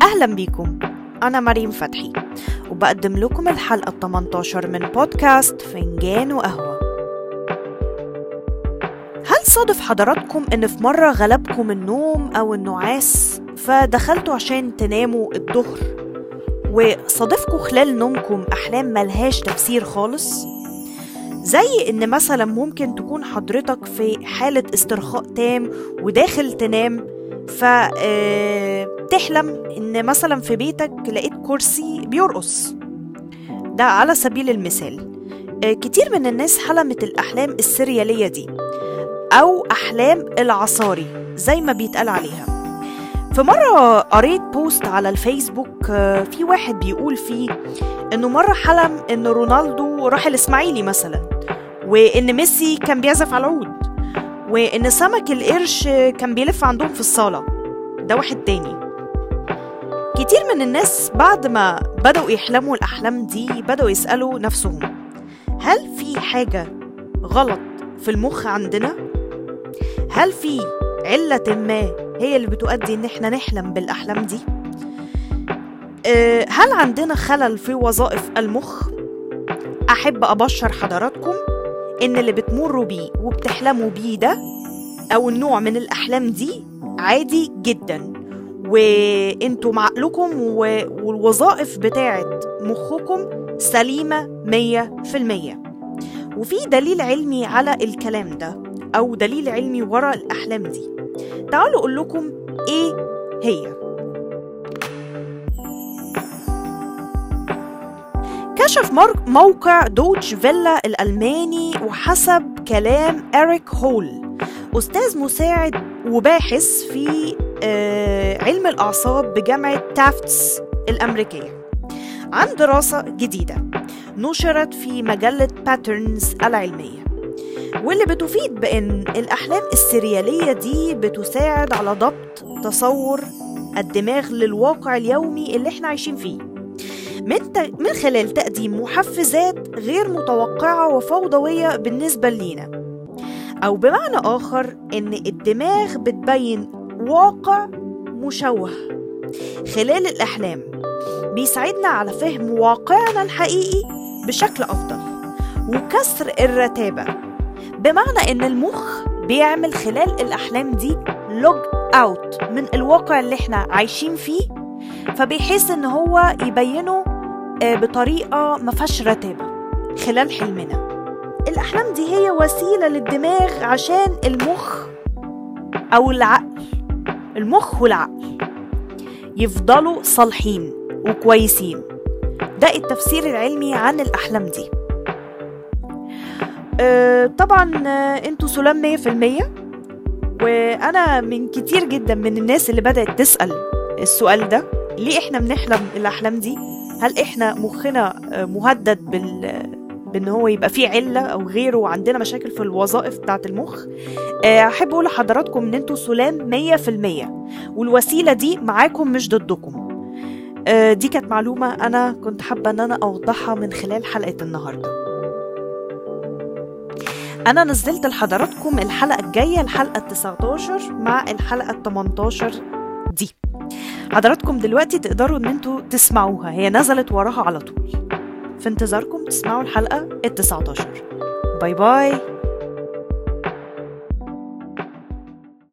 أهلا بيكم. أنا مريم فتحي وبقدم لكم الحلقة 18 من بودكاست فنجان وقهوة. هل صادف حضراتكم إن في مرة غلبكم النوم أو النعاس فدخلتوا عشان تناموا الظهر وصادفكم خلال نومكم أحلام ملهاش تفسير خالص؟ زي إن مثلا ممكن تكون حضرتك في حالة استرخاء تام وداخل تنام فتحلم إن مثلا في بيتك لقيت كرسي بيرقص. ده على سبيل المثال. كتير من الناس حلمت الأحلام السريالية دي أو أحلام العصاري زي ما بيتقال عليها. في مرة قريت بوست على الفيسبوك في واحد بيقول فيه إنه مرة حلم إن رونالدو راح الإسماعيلي مثلا، وإن ميسي كان بيعزف على العود، وإن سمك القرش كان بيلف عندهم في الصالة. ده واحد تاني. كتير من الناس بعد ما بدأوا يحلموا الأحلام دي بدأوا يسألوا نفسهم، هل في حاجة غلط في المخ عندنا؟ هل في علة ما هي اللي بتؤدي إن احنا نحلم بالأحلام دي؟ هل عندنا خلل في وظائف المخ؟ أحب أبشر حضراتكم إن اللي بتمروا بيه وبتحلموا بيه ده أو النوع من الأحلام دي عادي جدا، وإنتوا معقلكم والوظائف بتاعت مخكم سليمة 100%. وفي دليل علمي على الكلام ده أو دليل علمي وراء الأحلام دي. تعالوا أقول لكم إيه هي. كشف موقع دوتش فيلا الألماني وحسب كلام إريك هول، أستاذ مساعد وباحث في علم الأعصاب بجامعة تافتس الأمريكية، عن دراسة جديدة نشرت في مجلة باترنز العلمية، واللي بتفيد بأن الأحلام السريالية دي بتساعد على ضبط تصور الدماغ للواقع اليومي اللي احنا عايشين فيه من خلال تقديم محفزات غير متوقعة وفوضوية بالنسبة لينا، أو بمعنى آخر إن الدماغ بتبين واقع مشوه خلال الأحلام بيساعدنا على فهم واقعنا الحقيقي بشكل أفضل وكسر الرتابة، بمعنى إن المخ بيعمل خلال الأحلام دي لوج أوت من الواقع اللي احنا عايشين فيه، فبيحس إن هو يبينه بطريقة مفيهاش رتابة خلال حلمنا. الأحلام دي هي وسيلة للدماغ عشان المخ أو المخ والعقل يفضلوا صالحين وكويسين. ده التفسير العلمي عن الأحلام دي. طبعا انتوا سلام 100%، وأنا من كتير جدا من الناس اللي بدأت تسأل السؤال ده، ليه احنا بنحلم الأحلام دي؟ هل احنا مخنا مهدد بان هو يبقى فيه علة او غيره وعندنا مشاكل في الوظائف بتاعت المخ؟ احب اقول لحضراتكم ان انتوا سلام 100%، والوسيلة دي معاكم مش ضدكم. دي كانت معلومة انا كنت حابة ان انا اوضحها من خلال حلقة النهاردة. انا نزلت لحضراتكم الحلقة الجاية، الحلقة 19 مع الحلقة 18 دي. حضراتكم دلوقتي تقدروا ان انتوا تسمعوها، هي نزلت وراها على طول. في انتظاركم تسمعوا الحلقة 19. باي باي.